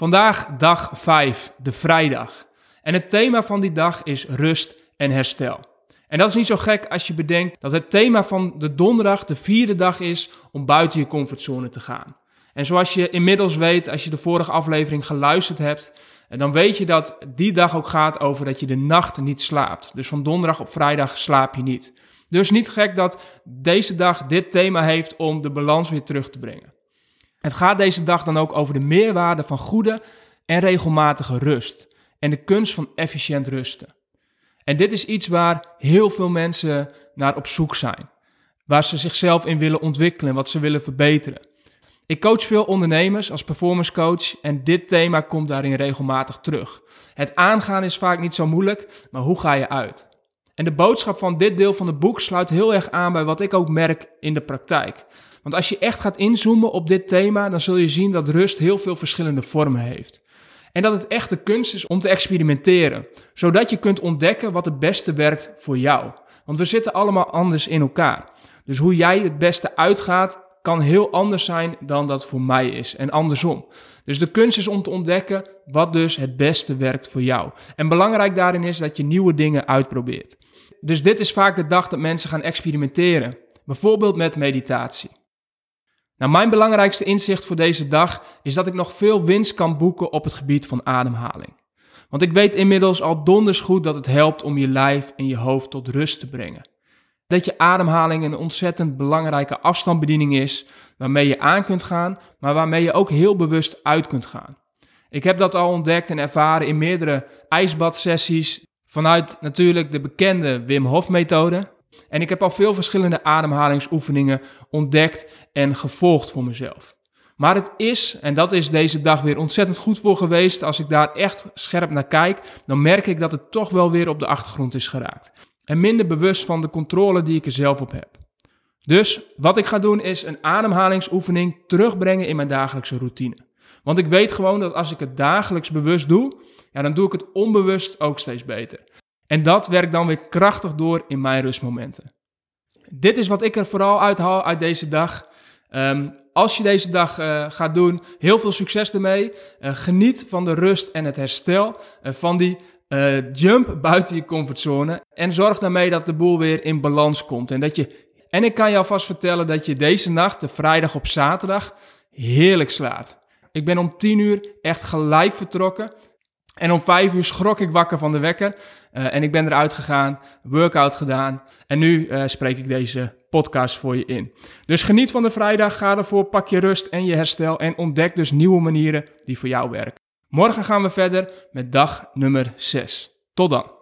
Vandaag dag 5, de vrijdag. En het thema van die dag is rust en herstel. En dat is niet zo gek als je bedenkt dat het thema van de donderdag de 4e dag is om buiten je comfortzone te gaan. En zoals je inmiddels weet, als je de vorige aflevering geluisterd hebt, dan weet je dat die dag ook gaat over dat je de nacht niet slaapt. Dus van donderdag op vrijdag slaap je niet. Dus niet gek dat deze dag dit thema heeft om de balans weer terug te brengen. Het gaat deze dag dan ook over de meerwaarde van goede en regelmatige rust. En de kunst van efficiënt rusten. En dit is iets waar heel veel mensen naar op zoek zijn. Waar ze zichzelf in willen ontwikkelen, wat ze willen verbeteren. Ik coach veel ondernemers als performance coach en dit thema komt daarin regelmatig terug. Het aangaan is vaak niet zo moeilijk, maar hoe ga je uit? En de boodschap van dit deel van het boek sluit heel erg aan bij wat ik ook merk in de praktijk. Want als je echt gaat inzoomen op dit thema, dan zul je zien dat rust heel veel verschillende vormen heeft. En dat het echt de kunst is om te experimenteren, zodat je kunt ontdekken wat het beste werkt voor jou. Want we zitten allemaal anders in elkaar. Dus hoe jij het beste uitgaat, kan heel anders zijn dan dat voor mij is en andersom. Dus de kunst is om te ontdekken wat dus het beste werkt voor jou. En belangrijk daarin is dat je nieuwe dingen uitprobeert. Dus dit is vaak de dag dat mensen gaan experimenteren, bijvoorbeeld met meditatie. Nou, mijn belangrijkste inzicht voor deze dag is dat ik nog veel winst kan boeken op het gebied van ademhaling. Want ik weet inmiddels al donders goed dat het helpt om je lijf en je hoofd tot rust te brengen. Dat je ademhaling een ontzettend belangrijke afstandsbediening is, waarmee je aan kunt gaan, maar waarmee je ook heel bewust uit kunt gaan. Ik heb dat al ontdekt en ervaren in meerdere ijsbadsessies, vanuit natuurlijk de bekende Wim Hof methode. En ik heb al veel verschillende ademhalingsoefeningen ontdekt en gevolgd voor mezelf. Maar het is, en dat is deze dag weer ontzettend goed voor geweest, als ik daar echt scherp naar kijk, dan merk ik dat het toch wel weer op de achtergrond is geraakt. En minder bewust van de controle die ik er zelf op heb. Dus wat ik ga doen is een ademhalingsoefening terugbrengen in mijn dagelijkse routine. Want ik weet gewoon dat als ik het dagelijks bewust doe, ja, dan doe ik het onbewust ook steeds beter. En dat werkt dan weer krachtig door in mijn rustmomenten. Dit is wat ik er vooral uithaal uit deze dag. Als je deze dag gaat doen, heel veel succes ermee. Geniet van de rust en het herstel van die jump buiten je comfortzone. En zorg daarmee dat de boel weer in balans komt. En ik kan je alvast vertellen dat je deze nacht, de vrijdag op zaterdag, heerlijk slaapt. Ik ben om 10 uur echt gelijk vertrokken. En om 5 uur schrok ik wakker van de wekker. En ik ben eruit gegaan, workout gedaan. En nu spreek ik deze podcast voor je in. Dus geniet van de vrijdag, ga ervoor, pak je rust en je herstel. En ontdek dus nieuwe manieren die voor jou werken. Morgen gaan we verder met dag nummer 6. Tot dan.